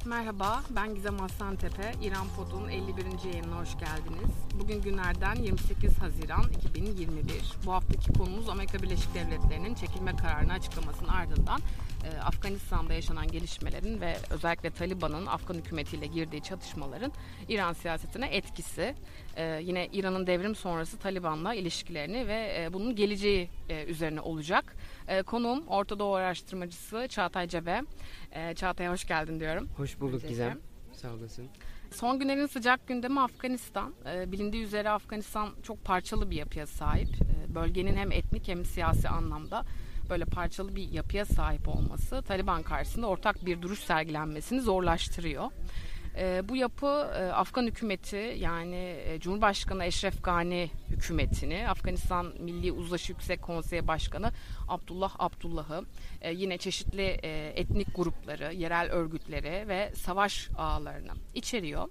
Merhaba, ben Gizem Aslantepe. İran Pod'un 51. yayınına hoş geldiniz. Bugün günlerden 28 Haziran 2021. Bu haftaki konumuz Amerika Birleşik Devletleri'nin çekilme kararını açıklamasının ardından Afganistan'da yaşanan gelişmelerin ve özellikle Taliban'ın Afgan hükümetiyle girdiği çatışmaların İran siyasetine etkisi. Yine İran'ın devrim sonrası Taliban'la ilişkilerini ve bunun geleceği üzerine olacak. Konuğum Orta Doğu araştırmacısı Çağatay Cebe. Çağatay'a hoş geldin diyorum. Hoş bulduk Gizem. Sağ olasın. Son günlerin sıcak gündemi Afganistan. Bilindiği üzere Afganistan çok parçalı bir yapıya sahip. Bölgenin hem etnik hem siyasi anlamda böyle parçalı bir yapıya sahip olması Taliban karşısında ortak bir duruş sergilenmesini zorlaştırıyor. Bu yapı Afgan hükümeti yani Cumhurbaşkanı Eşref Gani hükümetini, Afganistan Milli Uzlaşı Yüksek Konseyi Başkanı Abdullah Abdullah'ı, yine çeşitli etnik grupları, yerel örgütleri ve savaş ağlarını içeriyor.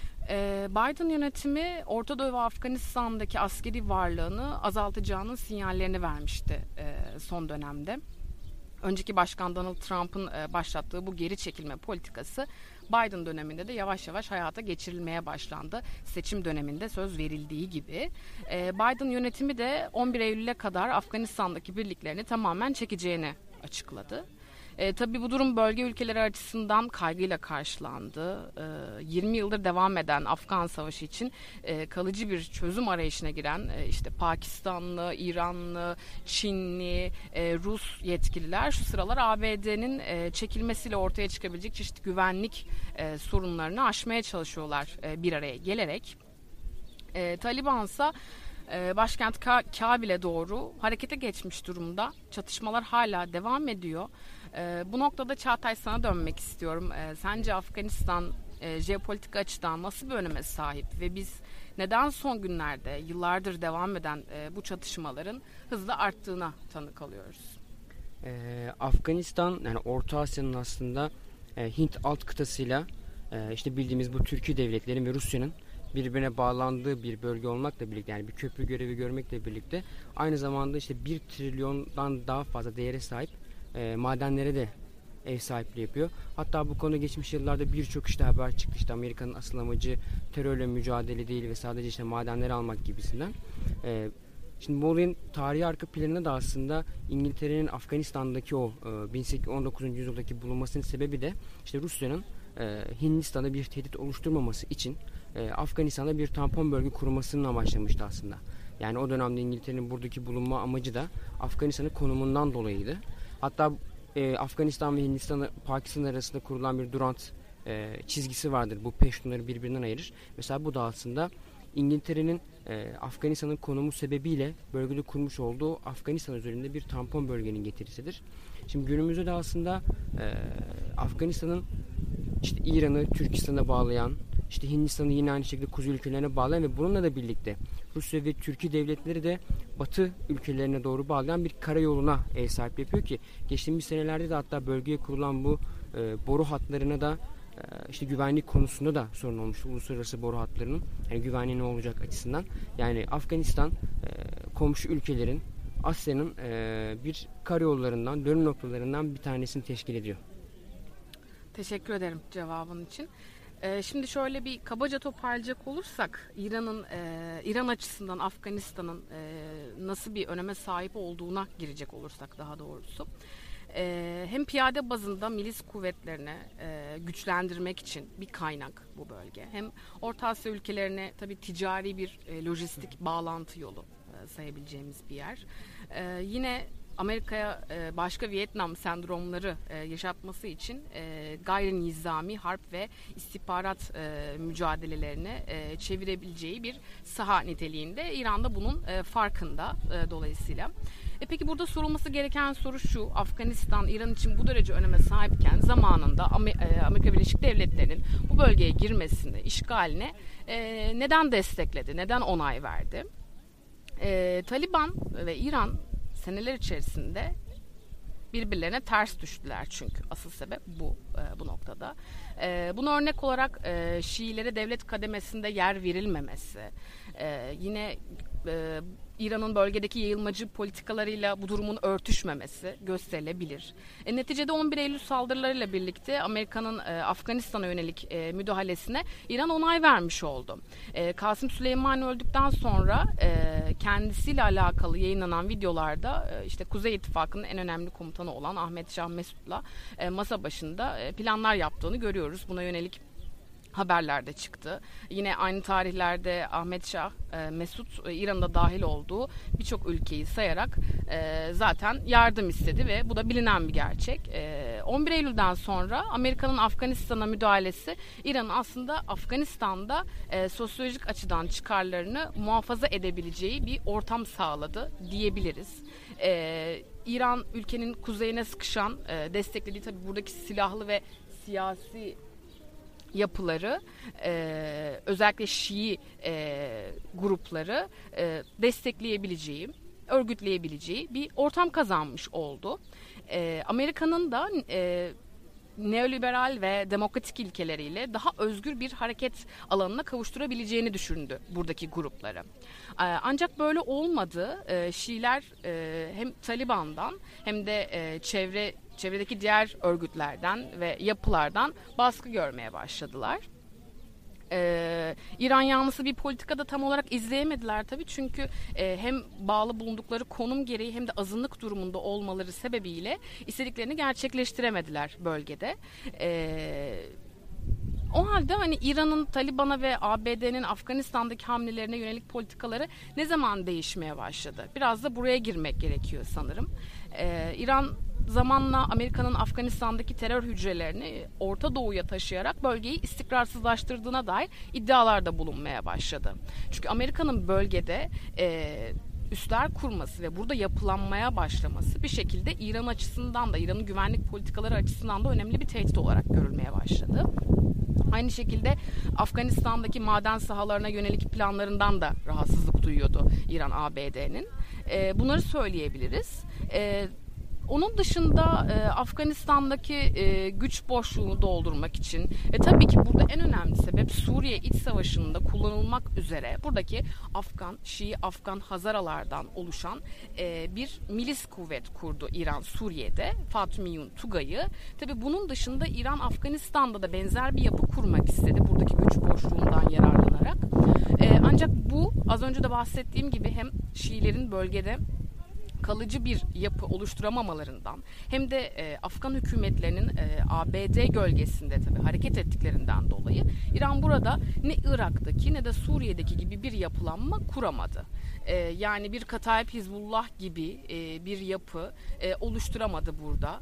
Biden yönetimi Orta Doğu ve Afganistan'daki askeri varlığını azaltacağının sinyallerini vermişti son dönemde. Önceki başkan Donald Trump'ın başlattığı bu geri çekilme politikası Biden döneminde de yavaş yavaş hayata geçirilmeye başlandı. Seçim döneminde söz verildiği gibi. Biden yönetimi de 11 Eylül'e kadar Afganistan'daki birliklerini tamamen çekeceğini açıkladı. Tabii bu durum bölge ülkeleri açısından kaygıyla karşılandı. 20 yıldır devam eden Afgan Savaşı için kalıcı bir çözüm arayışına giren işte Pakistanlı, İranlı, Çinli, Rus yetkililer şu sıralar ABD'nin çekilmesiyle ortaya çıkabilecek çeşitli güvenlik sorunlarını aşmaya çalışıyorlar bir araya gelerek. Taliban ise başkent Kabil'e doğru harekete geçmiş durumda. Çatışmalar hala devam ediyor. Bu noktada Çağatay sana dönmek istiyorum. Sence Afganistan jeopolitik açıdan nasıl bir öneme sahip ve biz neden son günlerde yıllardır devam eden bu çatışmaların hızla arttığına tanık alıyoruz? Afganistan yani Orta Asya'nın aslında Hint alt kıtasıyla işte bildiğimiz bu Türkiye devletlerin ve Rusya'nın birbirine bağlandığı bir bölge olmakla birlikte yani bir köprü görevi görmekle birlikte aynı zamanda işte 1 trilyondan daha fazla değere sahip madenlere de ev sahipliği yapıyor. Hatta bu konu geçmiş yıllarda birçok işte haber çıktı. İşte Amerika'nın asıl amacı terörle mücadele değil ve sadece işte madenleri almak gibisinden. Şimdi bu olayın tarihi arka planında da aslında İngiltere'nin Afganistan'daki o 1819. yüzyıldaki bulunmasının sebebi de işte Rusya'nın Hindistan'da bir tehdit oluşturmaması için Afganistan'da bir tampon bölge kurmasının amaçlamıştı aslında. Yani o dönemde İngiltere'nin buradaki bulunma amacı da Afganistan'ın konumundan dolayıydı. Hatta Afganistan ve Hindistan, Pakistan arasında kurulan bir Durant çizgisi vardır. Bu Peştunları birbirinden ayırır. Mesela bu da aslında İngiltere'nin Afganistan'ın konumu sebebiyle bölgede kurmuş olduğu Afganistan üzerinde bir tampon bölgenin getirisidir. Şimdi günümüzde de aslında Afganistan'ın işte İran'ı Türkistan'a bağlayan, işte Hindistan'ı yine aynı şekilde kuzey ülkelerine bağlayan ve bununla da birlikte Rusya ve Türkiye devletleri de Batı ülkelerine doğru bağlayan bir karayoluna ev sahipliği yapıyor ki geçtiğimiz senelerde de hatta bölgeye kurulan bu boru hatlarına da işte güvenlik konusunda da sorun olmuş uluslararası boru hatlarının yani güvenliği ne olacak açısından. Yani Afganistan komşu ülkelerin Asya'nın bir karayollarından dönüm noktalarından bir tanesini teşkil ediyor. Teşekkür ederim cevabın için. Şimdi şöyle bir kabaca toparlayacak olursak İran açısından Afganistan'ın nasıl bir öneme sahip olduğuna girecek olursak daha doğrusu. Hem piyade bazında milis kuvvetlerini güçlendirmek için bir kaynak bu bölge. Hem Orta Asya ülkelerine tabii ticari bir lojistik bağlantı yolu sayabileceğimiz bir yer. Yine Amerika'ya başka Vietnam sendromları yaşatması için gayri nizami harp ve istihbarat mücadelelerini çevirebileceği bir saha niteliğinde. İran da bunun farkında dolayısıyla. Peki burada sorulması gereken soru şu: Afganistan İran için bu derece öneme sahipken zamanında Amerika Birleşik Devletleri'nin bu bölgeye girmesini, işgaline neden destekledi, neden onay verdi? Taliban ve İran seneler içerisinde birbirlerine ters düştüler çünkü asıl sebep bu noktada. Buna örnek olarak Şiilere devlet kademesinde yer verilmemesi, yine İran'ın bölgedeki yayılmacı politikalarıyla bu durumun örtüşmemesi gösterilebilir. Neticede 11 Eylül saldırılarıyla birlikte Amerika'nın Afganistan'a yönelik müdahalesine İran onay vermiş oldu. Kasım Süleymani öldükten sonra kendisiyle alakalı yayınlanan videolarda işte Kuzey İttifakı'nın en önemli komutanı olan Ahmet Şah Mesud'la masa başında planlar yaptığını görüyoruz. Buna yönelik haberlerde çıktı. Yine aynı tarihlerde Ahmet Şah Mesud İran'ın da dahil olduğu birçok ülkeyi sayarak zaten yardım istedi ve bu da bilinen bir gerçek. 11 Eylül'den sonra Amerika'nın Afganistan'a müdahalesi İran'ın aslında Afganistan'da sosyolojik açıdan çıkarlarını muhafaza edebileceği bir ortam sağladı diyebiliriz. İran ülkenin kuzeyine sıkışan, desteklediği tabii buradaki silahlı ve siyasi yapıları, özellikle Şii grupları destekleyebileceği, örgütleyebileceği bir ortam kazanmış oldu. Amerika'nın da neoliberal ve demokratik ilkeleriyle daha özgür bir hareket alanına kavuşturabileceğini düşündü buradaki grupları. Ancak böyle olmadı. Şiiler hem Taliban'dan hem de çevredeki diğer örgütlerden ve yapılardan baskı görmeye başladılar. İran yanlısı bir politikada tam olarak izleyemediler tabii, çünkü hem bağlı bulundukları konum gereği hem de azınlık durumunda olmaları sebebiyle istediklerini gerçekleştiremediler bölgede. O halde hani İran'ın Taliban'a ve ABD'nin Afganistan'daki hamlelerine yönelik politikaları ne zaman değişmeye başladı? Biraz da buraya girmek gerekiyor sanırım. İran zamanla Amerika'nın Afganistan'daki terör hücrelerini Orta Doğu'ya taşıyarak bölgeyi istikrarsızlaştırdığına dair iddialarda bulunmaya başladı. Çünkü Amerika'nın bölgede üsler kurması ve burada yapılanmaya başlaması bir şekilde İran açısından da, İran'ın güvenlik politikaları açısından da önemli bir tehdit olarak görülmeye başladı. Aynı şekilde Afganistan'daki maden sahalarına yönelik planlarından da rahatsızlık duyuyordu İran ABD'nin. Bunları söyleyebiliriz. Onun dışında Afganistan'daki güç boşluğunu doldurmak için tabii ki burada en önemli sebep Suriye İç Savaşı'nda kullanılmak üzere buradaki Afgan, Şii, Afgan Hazaralardan oluşan bir milis kuvvet kurdu İran Suriye'de, Fatmiyun Tugay'ı. Tabii bunun dışında İran Afganistan'da da benzer bir yapı kurmak istedi buradaki güç boşluğundan yararlanarak. Ancak bu az önce de bahsettiğim gibi hem Şiilerin bölgede kalıcı bir yapı oluşturamamalarından hem de Afgan hükümetlerinin ABD gölgesinde tabii hareket ettiklerinden dolayı İran burada ne Irak'taki ne de Suriye'deki gibi bir yapılanma kuramadı. Yani bir Kataib Hizbullah gibi bir yapı oluşturamadı burada.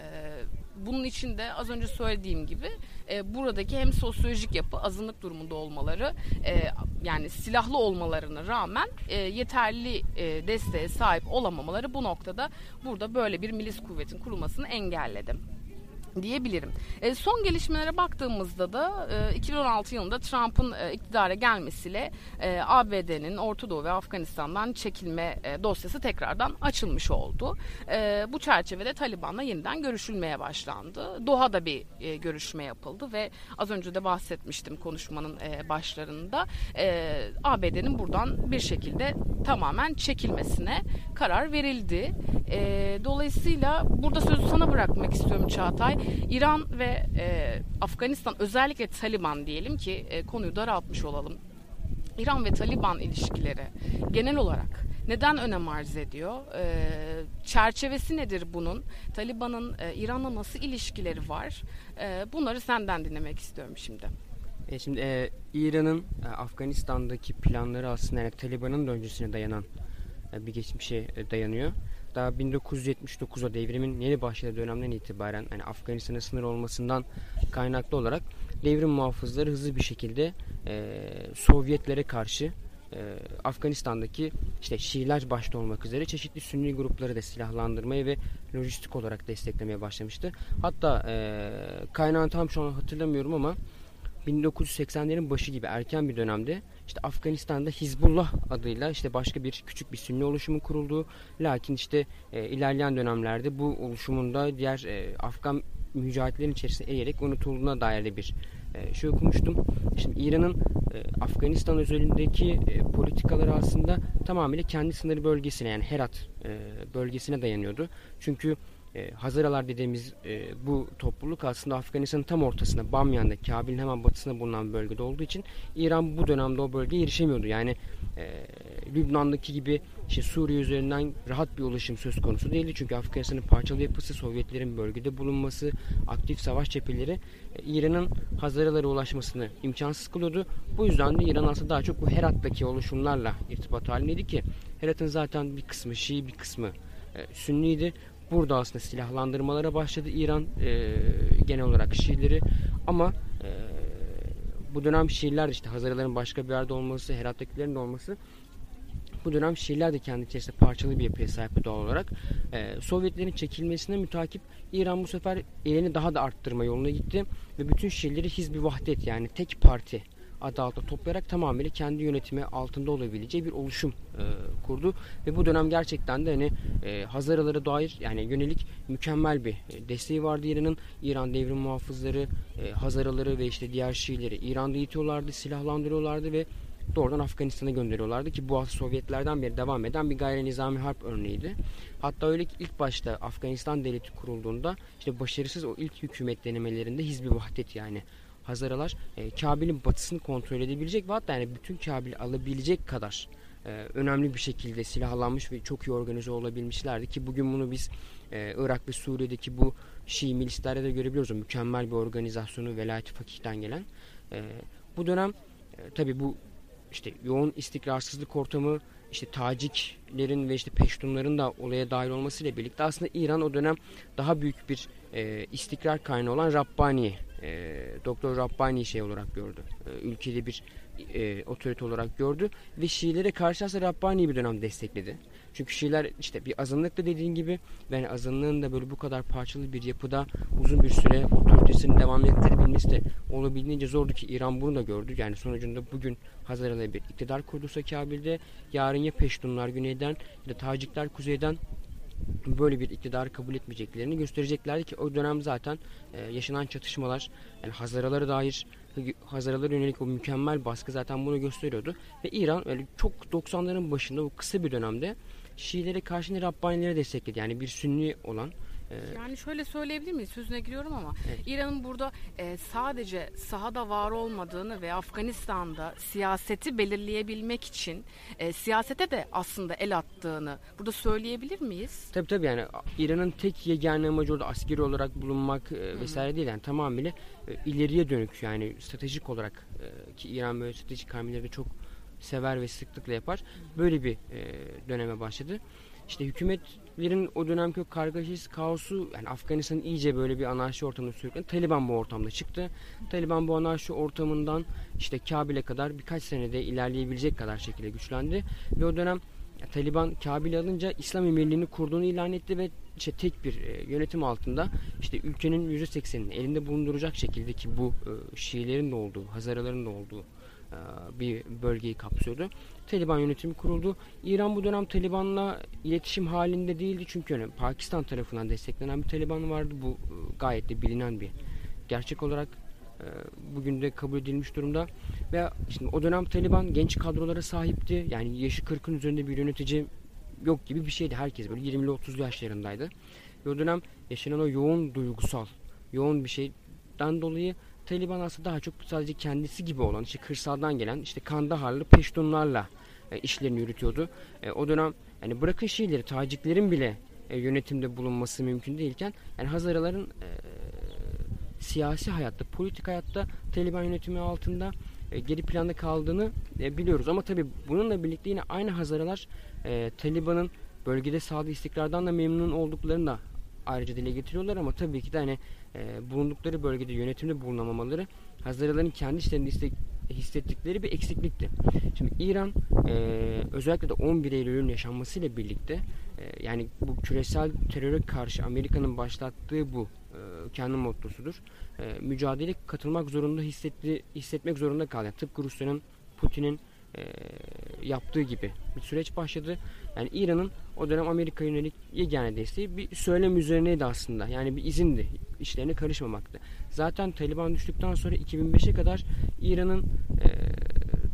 Bunun için de az önce söylediğim gibi buradaki hem sosyolojik yapı, azınlık durumunda olmaları, yani silahlı olmalarına rağmen yeterli desteğe sahip olamamaları bu noktada burada böyle bir milis kuvvetin kurulmasını engelledi diyebilirim. Son gelişmelere baktığımızda da 2016 yılında Trump'ın iktidara gelmesiyle ABD'nin Orta Doğu ve Afganistan'dan çekilme dosyası tekrardan açılmış oldu. Bu çerçevede Taliban'la yeniden görüşülmeye başlandı. Doha'da bir görüşme yapıldı ve az önce de bahsetmiştim konuşmanın başlarında. ABD'nin buradan bir şekilde tamamen çekilmesine karar verildi. Dolayısıyla burada sözü sana bırakmak istiyorum Çağatay. İran ve Afganistan, özellikle Taliban diyelim ki konuyu daraltmış olalım. İran ve Taliban ilişkileri genel olarak neden önem arz ediyor? Çerçevesi nedir bunun? Taliban'ın İran'la nasıl ilişkileri var? Bunları senden dinlemek istiyorum şimdi. Şimdi İran'ın Afganistan'daki planları aslında yani Taliban'ın da öncesine dayanan bir geçmişe dayanıyor. Daha 1979'da devrimin yeni başladığı dönemden itibaren yani Afganistan'a sınır olmasından kaynaklı olarak devrim muhafızları hızlı bir şekilde Sovyetlere karşı Afganistan'daki işte Şiiler başta olmak üzere çeşitli Sünni grupları da silahlandırmaya ve lojistik olarak desteklemeye başlamıştı. Hatta kaynağını tam şu an hatırlamıyorum ama 1980'lerin başı gibi erken bir dönemde işte Afganistan'da Hizbullah adıyla işte başka bir küçük bir Sünni oluşumun kurulduğu, lakin işte ilerleyen dönemlerde bu oluşumun da diğer Afgan mücahitlerin içerisine eğerek unutulduğuna dair de bir şey okumuştum. Şimdi İran'ın Afganistan özelindeki politikaları aslında tamamıyla kendi sınır bölgesine, yani Herat bölgesine dayanıyordu. Çünkü Hazaralar dediğimiz bu topluluk aslında Afganistan'ın tam ortasında, Bamyan'da, Kabil'in hemen batısında bulunan bir bölgede olduğu için İran bu dönemde o bölgeye erişemiyordu. Yani Lübnan'daki gibi işte Suriye üzerinden rahat bir ulaşım söz konusu değildi. Çünkü Afganistan'ın parçalı yapısı, Sovyetlerin bölgede bulunması, aktif savaş cepheleri İran'ın Hazaralara ulaşmasını imkansız kılıyordu. Bu yüzden de İran aslında daha çok bu Herat'taki oluşumlarla irtibat halindeydi ki Herat'ın zaten bir kısmı Şii, bir kısmı Sünniydi. Burada aslında silahlandırmalara başladı İran genel olarak Şiileri, ama bu dönem Şiiler de işte Hazaraların başka bir yerde olması, Herat'takilerin de olması, bu dönem Şiiler de kendi içerisinde parçalı bir yapıya sahip doğal olarak. Sovyetlerin çekilmesine mütakip İran bu sefer elini daha da arttırma yoluna gitti ve bütün Şiileri Hizb-i Vahdet, yani tek parti adı altında toplayarak tamamıyla kendi yönetimi altında olabileceği bir oluşum kurdu ve bu dönem gerçekten de hani Hazaralara dair yani yönelik mükemmel bir desteği vardı İran'ın. İran devrim muhafızları Hazaraları ve işte diğer Şiileri İran'da itiyorlardı, silahlandırıyorlardı ve doğrudan Afganistan'a gönderiyorlardı ki bu Sovyetlerden beri devam eden bir gayri nizami harp örneğiydi. Hatta öyle ki ilk başta Afganistan devleti kurulduğunda işte başarısız o ilk hükümet denemelerinde Hizb-i Vahdet, yani Hazaralar Kabil'in batısını kontrol edebilecek ve hatta yani bütün Kabil'i alabilecek kadar önemli bir şekilde silahlanmış ve çok iyi organize olabilmişlerdi ki bugün bunu biz Irak ve Suriye'deki bu Şii milislerde de görebiliyoruz. O mükemmel bir organizasyonu Velayet-i Fakih'ten gelen. Bu dönem tabi bu işte yoğun istikrarsızlık ortamı, işte Taciklerin ve işte Peştunların da olaya dahil olmasıyla birlikte aslında İran o dönem daha büyük bir istikrar kaynağı olan Rabbani, Doktor Rabbani şey olarak gördü. Ülkede bir otorite olarak gördü ve Şiilere karşı aslında Rabbani'yi bir dönem destekledi. Çünkü Şiiler işte bir azınlıkta dediğin gibi ve yani azınlığın da böyle bu kadar parçalı bir yapıda uzun bir süre otoritesini devam ettirebilmesi de olabildiğince zordu ki İran bunu da gördü. Yani sonucunda bugün Hazaralar bir iktidar kurduysa Kabil'de, yarın ya Peştunlar güneyden ya da Tacikler kuzeyden böyle bir iktidarı kabul etmeyeceklerini göstereceklerdi ki o dönem zaten yaşanan çatışmalar, yani Hazaralara yönelik o mükemmel baskı zaten bunu gösteriyordu ve İran öyle çok 90'ların başında bu kısa bir dönemde Şiilere karşı Rabbanileri destekledi. Yani bir Sünni olan yani şöyle söyleyebilir miyiz? Sözüne giriyorum ama evet. İran'ın burada sadece sahada var olmadığını ve Afganistan'da siyaseti belirleyebilmek için siyasete de aslında el attığını burada söyleyebilir miyiz? Tabii yani İran'ın tek yegane amacı orada askeri olarak bulunmak vesaire değil. Yani tamamıyla ileriye dönük, yani stratejik olarak ki İran böyle stratejik hamleleri de çok sever ve sıklıkla yapar. Böyle bir döneme başladı. İşte hükümetlerin o dönemki kargaşası, kaosu, yani Afganistan'ın iyice böyle bir anarşi ortamına sürüklendi. Taliban bu ortamda çıktı. Taliban bu anarşi ortamından işte Kabil'e kadar birkaç senede ilerleyebilecek kadar şekilde güçlendi. Ve o dönem Taliban Kabil'i alınca İslam Emirliğini kurduğunu ilan etti ve işte tek bir yönetim altında işte ülkenin %80'ini elinde bulunduracak şekilde ki bu Şiilerin de olduğu, Hazaraların da olduğu bir bölgeyi kapsıyordu. Taliban yönetimi kuruldu. İran bu dönem Taliban'la iletişim halinde değildi çünkü yani Pakistan tarafından desteklenen bir Taliban vardı. Bu gayet de bilinen bir gerçek olarak bugün de kabul edilmiş durumda. Ve şimdi o dönem Taliban genç kadrolara sahipti. Yani yaşı 40'ın üzerinde bir yönetici yok gibi bir şeydi. Herkes böyle 20-30 yaşlarındaydı. Ve o dönem yaşanan o yoğun duygusal, yoğun bir şeyden dolayı Taliban aslında daha çok sadece kendisi gibi olan işte kırsaldan gelen işte Kandaharlı Peştunlarla işlerini yürütüyordu. O dönem yani bırakın Şiileri, Taciklerin bile yönetimde bulunması mümkün değilken yani Hazaraların siyasi hayatta, politik hayatta Taliban yönetimi altında geri planda kaldığını biliyoruz. Ama tabii bununla birlikte yine aynı Hazaralar Taliban'ın bölgede sağladığı istikrardan da memnun olduklarını da ayrıca dile getiriyorlar ama tabii ki de hani bulundukları bölgede yönetimde bulunamamaları Hazaraların kendi işlerinde hissettikleri bir eksiklikti. Şimdi İran özellikle de 11 Eylül'ün yaşanmasıyla birlikte yani bu küresel teröre karşı Amerika'nın başlattığı bu kendi mottosudur. Mücadeleye katılmak zorunda hissetmek zorunda kaldı. Yani tıpkı Rusya'nın, Putin'in yaptığı gibi bir süreç başladı. Yani İran'ın o dönem Amerika yönelik yegane desteği bir söylem üzerineydi aslında. Yani bir izindi. İşlerine karışmamaktı. Zaten Taliban düştükten sonra 2005'e kadar İran'ın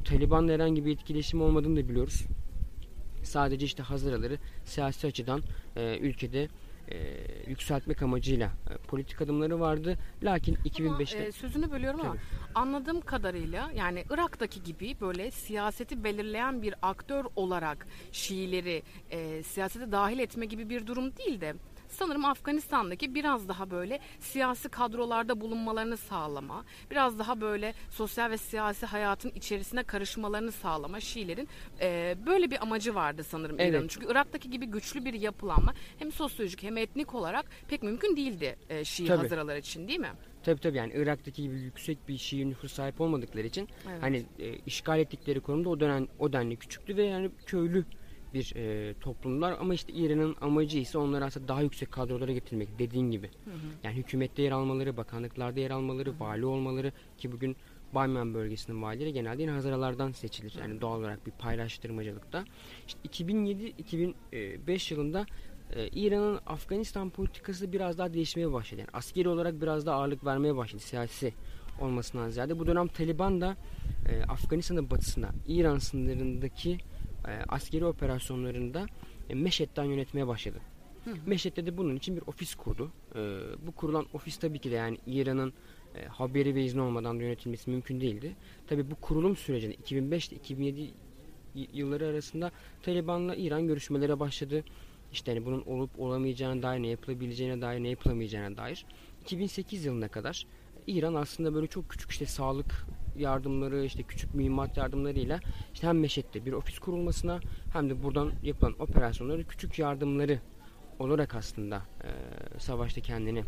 Taliban'la herhangi bir etkileşim olmadığını da biliyoruz. Sadece işte Hazaraları siyasi açıdan ülkede yükseltmek amacıyla politik adımları vardı. Lakin 2005'te... Ama, sözünü bölüyorum ama anladığım kadarıyla yani Irak'taki gibi böyle siyaseti belirleyen bir aktör olarak Şiileri siyasete dahil etme gibi bir durum değil de sanırım Afganistan'daki biraz daha böyle siyasi kadrolarda bulunmalarını sağlama, biraz daha böyle sosyal ve siyasi hayatın içerisine karışmalarını sağlama Şiilerin böyle bir amacı vardı sanırım İran'ın. Çünkü Irak'taki gibi güçlü bir yapılanma hem sosyolojik hem etnik olarak pek mümkün değildi Şii Hazaralar için, değil mi? Tabii yani Irak'taki gibi yüksek bir Şii nüfus sahip olmadıkları için hani işgal ettikleri konumda o denli küçüktü ve yani köylü bir toplumlar ama işte İran'ın amacı ise onları aslında daha yüksek kadrolara getirmek, dediğin gibi. Yani hükümette yer almaları, bakanlıklarda yer almaları, vali olmaları ki bugün Bamyan bölgesinin valileri genelde yine Hazaralardan seçilir. Yani doğal olarak bir paylaştırmacılıkta. İşte 2007-2005 yılında İran'ın Afganistan politikası biraz daha değişmeye başladı. Yani askeri olarak biraz daha ağırlık vermeye başladı siyasi olmasından ziyade. Bu dönem Taliban da Afganistan'ın batısına, İran sınırındaki askeri operasyonlarında Meşhed'den yönetmeye başladı. Meşhed'de de bunun için bir ofis kurdu. Bu kurulan ofis tabii ki de yani İran'ın haberi ve izni olmadan da yönetilmesi mümkün değildi. Tabii bu kurulum sürecinde 2005 ile 2007 yılları arasında Taliban'la İran görüşmelere başladı. İşte hani bunun olup olamayacağına dair, ne yapılabileceğine dair, ne yapılamayacağına dair. 2008 yılına kadar İran aslında böyle çok küçük işte sağlık yardımları, işte küçük mühimmat yardımlarıyla işte hem Meşhed'de bir ofis kurulmasına hem de buradan yapılan operasyonları küçük yardımları olarak aslında savaşta kendini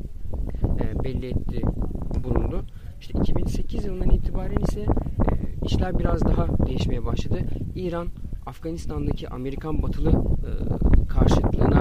belli etti, bulundu. İşte 2008 yılından itibaren ise işler biraz daha değişmeye başladı. İran Afganistan'daki Amerikan batılı karşıtlığına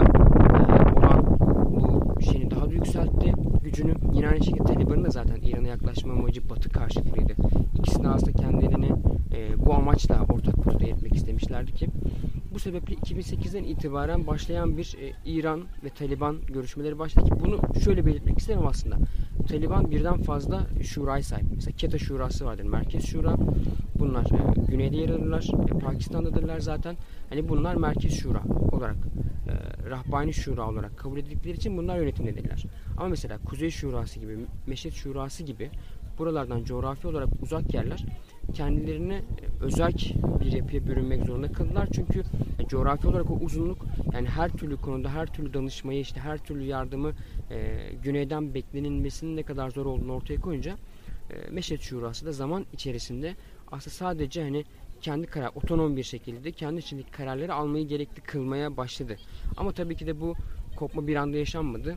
olan bu şeyini daha da yükseltti, gücünü. Yine aynı şekilde Taliban'ın da zaten İran'a yaklaşma amacı batı karşıtlığıydı. İkisi de aslında kendilerini bu amaçla ortak potada etmek istemişlerdi ki bu sebeple 2008'den itibaren başlayan bir İran ve Taliban görüşmeleri başladı ki bunu şöyle belirtmek isterim aslında. Taliban birden fazla şuraya sahip. Mesela Quetta Şurası vardır, Merkez Şura. Bunlar güneyde yer alırlar. Pakistan'dadırlar zaten. Hani bunlar Merkez Şura olarak, Rahbani Şura olarak kabul edildikleri için bunlar yönetimdedirler. Ama mesela Kuzey Şurası gibi, Meşhed Şurası gibi buralardan coğrafi olarak uzak yerler kendilerine özerk bir yapıya bürünmek zorunda kaldılar. Çünkü coğrafi olarak o uzunluk, yani her türlü konuda her türlü danışmayı, işte her türlü yardımı güneyden beklenilmesinin ne kadar zor olduğunu ortaya koyunca Meşhed Şurası da zaman içerisinde aslında sadece hani kendi karar, otonom bir şekilde kendi içindeki kararları almayı gerekli kılmaya başladı. Ama tabii ki de bu kopma bir anda yaşanmadı.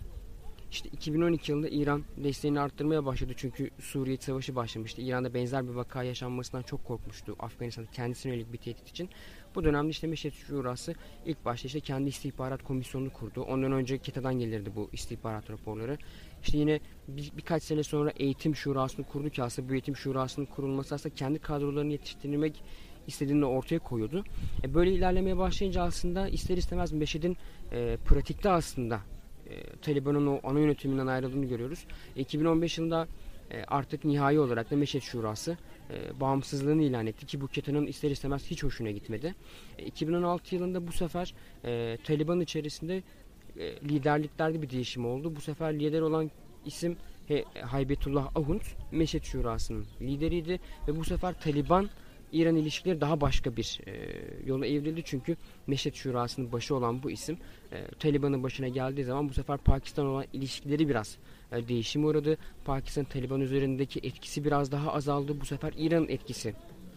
İşte 2012 yılında İran desteğini arttırmaya başladı çünkü Suriye Savaşı başlamıştı. İran'da benzer bir vaka yaşanmasından çok korkmuştu Afganistan'da kendisine yönelik bir tehdit için. Bu dönemde işte Meşhed Şurası ilk başta işte kendi istihbarat komisyonunu kurdu. Ondan önce KETA'dan gelirdi bu istihbarat raporları. İşte yine birkaç sene sonra eğitim şurasını kurdu ki aslında bu eğitim şurasının kurulması aslında kendi kadrolarını yetiştirmek istediğini ortaya koyuyordu. Böyle ilerlemeye başlayınca aslında ister istemez Meşhed'in pratikte aslında Taliban'ın o ana yönetiminden ayrıldığını görüyoruz. 2015 yılında artık nihai olarak da Meşhed Şurası bağımsızlığını ilan etti ki bu KETA'nın ister istemez hiç hoşuna gitmedi. 2016 yılında bu sefer Taliban içerisinde liderliklerde bir değişim oldu. Bu sefer lider olan isim Haybetullah Ahund, Meşhed Şurası'nın lideriydi ve bu sefer Taliban İran ilişkileri daha başka bir yola evrildi çünkü Meşhed Şurası'nın başı olan bu isim Taliban'ın başına geldiği zaman bu sefer Pakistan olan ilişkileri biraz değişime uğradı. Pakistan Taliban üzerindeki etkisi biraz daha azaldı. Bu sefer İran'ın etkisi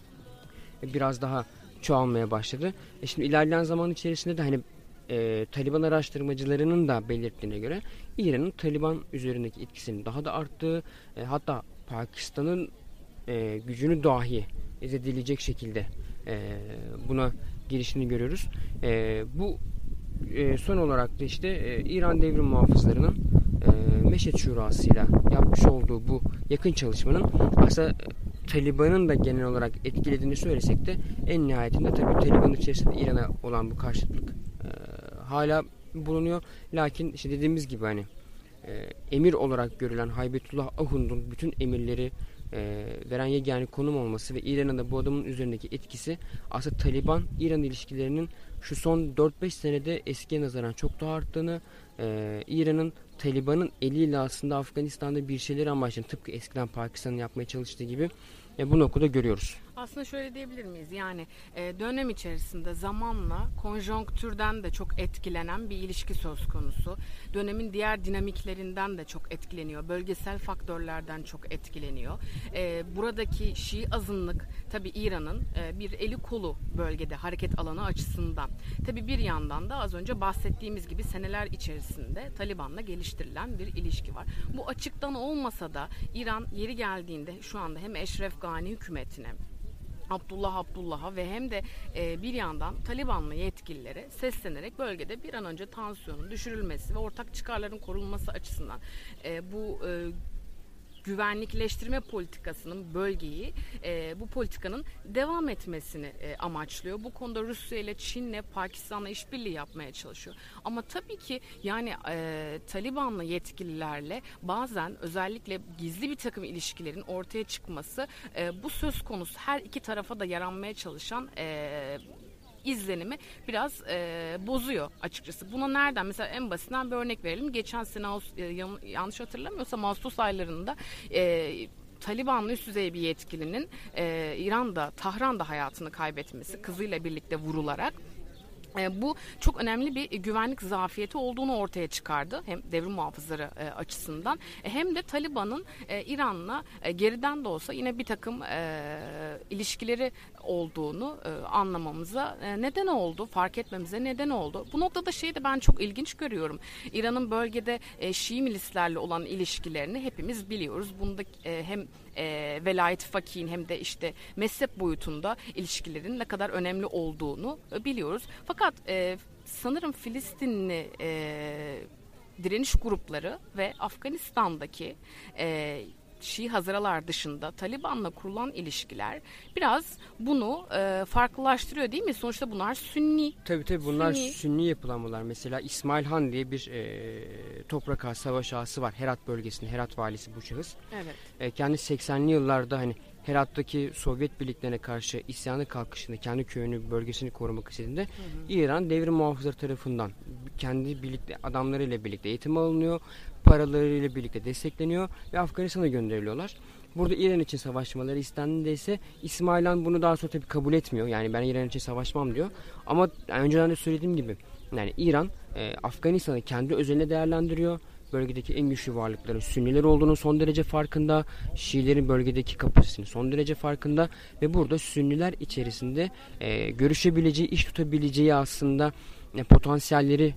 biraz daha çoğalmaya başladı. Şimdi ilerleyen zaman içerisinde de hani Taliban araştırmacılarının da belirttiğine göre İran'ın Taliban üzerindeki etkisinin daha da arttığı, hatta Pakistan'ın gücünü dahi edilecek şekilde buna girişini görüyoruz. Bu son olarak da işte İran Devrim Muhafızları'nın Meşhed Şurası'yla yapmış olduğu bu yakın çalışmanın aslında Taliban'ın da genel olarak etkilediğini söylesek de en nihayetinde tabii Taliban içerisinde İran'a olan bu karşıtlık hala bulunuyor. Lakin işte dediğimiz gibi hani emir olarak görülen Haybetullah Ahund'un bütün emirleri veren yegane konum olması ve İran'ın da bu adamın üzerindeki etkisi aslında Taliban-İran ilişkilerinin şu son 4-5 senede eskiye nazaran çok daha arttığını, İran'ın Taliban'ın eliyle aslında Afganistan'da bir şeyleri amaçlayan, tıpkı eskiden Pakistan'ın yapmaya çalıştığı gibi bu noktada görüyoruz. Aslında şöyle diyebilir miyiz? Yani dönem içerisinde zamanla konjonktürden de çok etkilenen bir ilişki söz konusu. Dönemin diğer dinamiklerinden de çok etkileniyor. Bölgesel faktörlerden çok etkileniyor. Buradaki Şii azınlık tabii İran'ın bir eli kolu bölgede hareket alanı açısından. Tabii bir yandan da az önce bahsettiğimiz gibi seneler içerisinde Taliban'la geliştirilen bir ilişki var. Bu açıktan olmasa da İran yeri geldiğinde şu anda hem Eşref Gani hükümetine, Abdullah'a ve hem de bir yandan Talibanlı yetkililere seslenerek bölgede bir an önce tansiyonun düşürülmesi ve ortak çıkarların korunması açısından bu güvenlikleştirme politikasının bölgeyi bu politikanın devam etmesini amaçlıyor. Bu konuda Rusya ile Çin'le Pakistan'la işbirliği yapmaya çalışıyor. Ama tabii ki yani Talibanlı yetkililerle bazen özellikle gizli bir takım ilişkilerin ortaya çıkması bu söz konusu her iki tarafa da yaranmaya çalışan izlenimi biraz bozuyor açıkçası. Buna nereden? Mesela en basitinden bir örnek verelim. Geçen sene yanlış hatırlamıyorsam Ağustos aylarında Talibanlı üst düzey bir yetkilinin İran'da, Tahran'da hayatını kaybetmesi, kızıyla birlikte vurularak bu çok önemli bir güvenlik zafiyeti olduğunu ortaya çıkardı. Hem devrim muhafızları açısından hem de Taliban'ın İran'la geriden de olsa yine bir takım ilişkileri olduğunu anlamamıza neden oldu, fark etmemize neden oldu. Bu noktada şeyi de ben çok ilginç görüyorum. İran'ın bölgede Şii milislerle olan ilişkilerini hepimiz biliyoruz. Bunda hem velayet fakihin hem de işte mezhep boyutunda ilişkilerin ne kadar önemli olduğunu biliyoruz. Fakat sanırım Filistinli direniş grupları ve Afganistan'daki Şii Hazaralar dışında Taliban'la kurulan ilişkiler biraz bunu farklılaştırıyor değil mi? Sonuçta bunlar Sünni. Tabii bunlar Sünni yapılanmalar. Mesela İsmail Han diye bir toprak ağası, savaş ağası var. Herat bölgesinde, Herat valisi bu şahıs. Evet. Kendi 80'li yıllarda hani Herat'taki Sovyet birliklerine karşı isyanı kalkışında kendi köyünü, bölgesini korumak istediğinde İran devrim muhafızları tarafından kendi birlikte adamlarıyla birlikte eğitim alınıyor, paralarıyla birlikte destekleniyor ve Afganistan'a gönderiliyorlar. Burada İran için savaşmaları istendiğinde ise İsmail Han bunu daha sonra tabii kabul etmiyor. Yani ben İran için savaşmam diyor. Ama önceden de söylediğim gibi yani İran Afganistan'ı kendi özeline değerlendiriyor. Bölgedeki en güçlü varlıkların Sünniler olduğunu son derece farkında. Şiilerin bölgedeki kapasitesini son derece farkında. Ve burada Sünniler içerisinde görüşebileceği, iş tutabileceği aslında potansiyelleri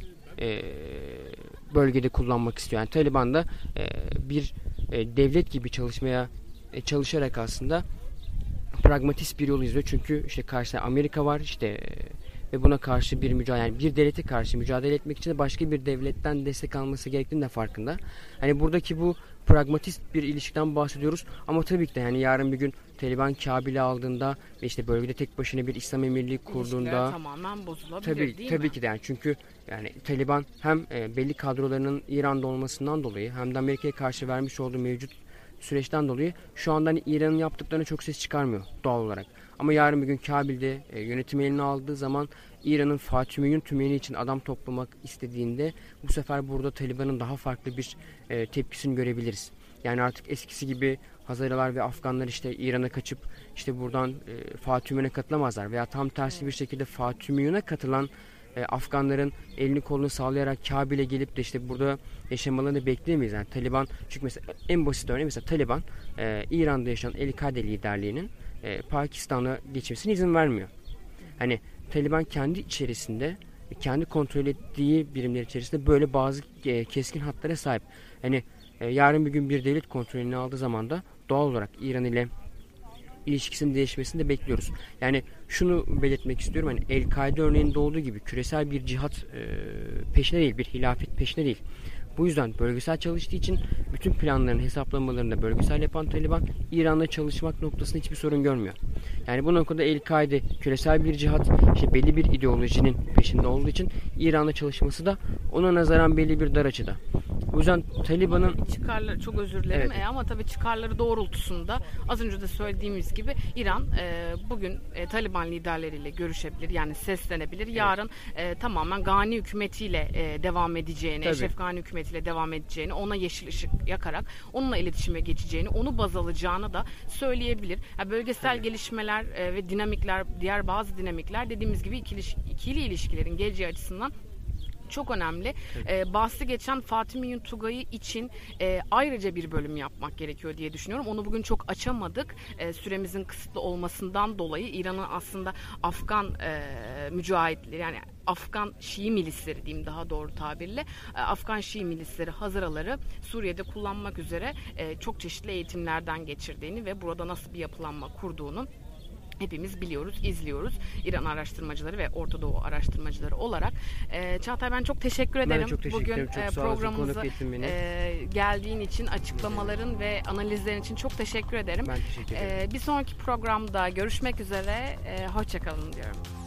bölgede kullanmak istiyor. Yani Taliban da bir devlet gibi çalışarak aslında pragmatist bir yol izliyor. Çünkü işte karşısında Amerika var işte ve buna karşı bir mücadele, yani bir devlete karşı mücadele etmek için de başka bir devletten destek alması gerektiğinin de farkında. Hani buradaki bu pragmatist bir ilişkiden bahsediyoruz ama tabii ki de yani yarın bir gün Taliban Kabil'i aldığında ve işte bölgede tek başına bir İslam Emirliği kurduğunda İlişkiler tamamen bozulabilir değil mi? Tabii ki de yani çünkü yani Taliban hem belli kadrolarının İran'da olmasından dolayı hem de Amerika'ya karşı vermiş olduğu mevcut süreçten dolayı şu anda hani İran'ın yaptıklarına çok ses çıkarmıyor doğal olarak. Ama yarın bir gün Kabil'de yönetimi eline aldığı zaman İran'ın Fatih Mümin tümeni için adam toplamak istediğinde bu sefer burada Taliban'ın daha farklı bir tepkisini görebiliriz. Yani artık eskisi gibi Hazaralar ve Afganlar işte İran'a kaçıp işte buradan Fatih Mümin'e katılamazlar veya tam tersi bir şekilde Fatih Mümin'e katılan Afganların elini kolunu sağlayarak Kabil'e gelip de işte burada yaşamalarını bekleyemeyiz. Yani Taliban, çünkü mesela en basit örneği mesela Taliban İran'da yaşayan El-Kaide liderliğinin Pakistan'a geçmesine izin vermiyor. Hani Taliban kendi içerisinde, kendi kontrol ettiği birimler içerisinde böyle bazı keskin hatlara sahip. Hani yarın bir gün bir devlet kontrolünü aldığı zaman da doğal olarak İran ile ilişkisinin değişmesini de bekliyoruz. Yani şunu belirtmek istiyorum. Hani El-Kaide örneğinde olduğu gibi küresel bir cihat peşine değil, bir hilafet peşine değil. Bu yüzden bölgesel çalıştığı için bütün planların hesaplamalarını da bölgesel yapan Taliban İran'la çalışmak noktasında hiçbir sorun görmüyor. Yani bu noktada El-Kaide küresel bir cihat, işte belli bir ideolojinin peşinde olduğu için İran'la çalışması da ona nazaran belli bir dar açıda. O yüzden Taliban'ın çıkarları, çok özür dilerim, evet. Ama tabii çıkarları doğrultusunda az önce de söylediğimiz gibi İran bugün Taliban liderleriyle görüşebilir, yani seslenebilir. Evet. Yarın tamamen Gani hükümetiyle devam edeceğini, Eşref Gani hükümetiyle devam edeceğini, ona yeşil ışık yakarak onunla iletişime geçeceğini, onu baz alacağını da söyleyebilir. Yani bölgesel gelişmeler ve dinamikler, diğer bazı dinamikler dediğimiz gibi ikili ilişkilerin geleceği açısından çok önemli. Bahsi geçen Fatih Miyun Tugay'ı için ayrıca bir bölüm yapmak gerekiyor diye düşünüyorum. Onu bugün çok açamadık. Süremizin kısıtlı olmasından dolayı İran'ın aslında Afgan mücahitleri, yani Afgan Şii milisleri diyeyim daha doğru tabirle, Afgan Şii milisleri, Hazaraları Suriye'de kullanmak üzere çok çeşitli eğitimlerden geçirdiğini ve burada nasıl bir yapılanma kurduğunu hepimiz biliyoruz, izliyoruz. İran araştırmacıları ve Orta Doğu araştırmacıları olarak. Çağatay, ben çok teşekkür ederim. Ben çok teşekkür ederim. Bugün programımıza geldiğin için, açıklamaların ve analizlerin için çok teşekkür ederim. Ben teşekkür ederim. Bir sonraki programda görüşmek üzere. Hoşça kalın diyorum.